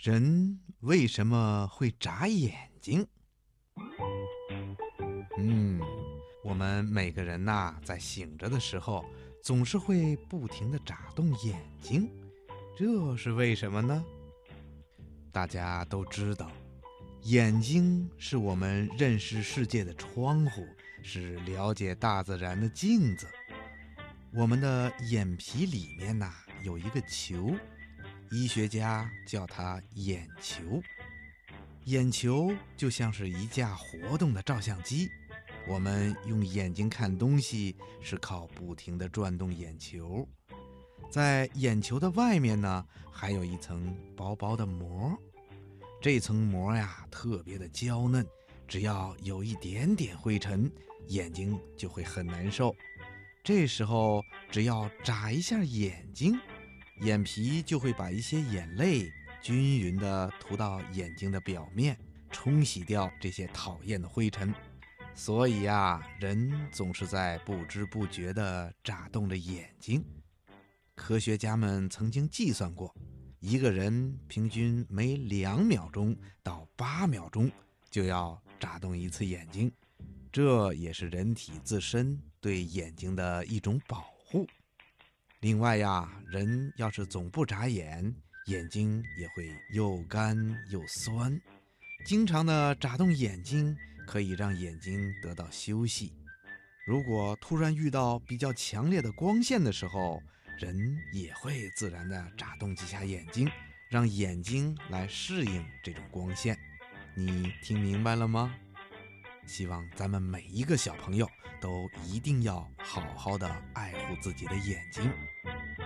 人为什么会眨眼睛？嗯，我们每个人呐，在醒着的时候，总是会不停地眨动眼睛，这是为什么呢？大家都知道，眼睛是我们认识世界的窗户，是了解大自然的镜子。我们的眼皮里面呐，有一个球，医学家叫它眼球。眼球就像是一架活动的照相机，我们用眼睛看东西是靠不停地转动眼球。在眼球的外面呢，还有一层薄薄的膜，这层膜呀特别的娇嫩，只要有一点点灰尘，眼睛就会很难受。这时候只要眨一下眼睛，眼皮就会把一些眼泪均匀地涂到眼睛的表面，冲洗掉这些讨厌的灰尘。所以呀，人总是在不知不觉地眨动着眼睛。科学家们曾经计算过，一个人平均每2秒钟到8秒钟就要眨动一次眼睛，这也是人体自身对眼睛的一种保护。另外呀，人要是总不眨眼，眼睛也会又干又酸。经常的眨动眼睛可以让眼睛得到休息。如果突然遇到比较强烈的光线的时候，人也会自然的眨动几下眼睛，让眼睛来适应这种光线。你听明白了吗？希望咱们每一个小朋友都一定要好好的爱护自己的眼睛。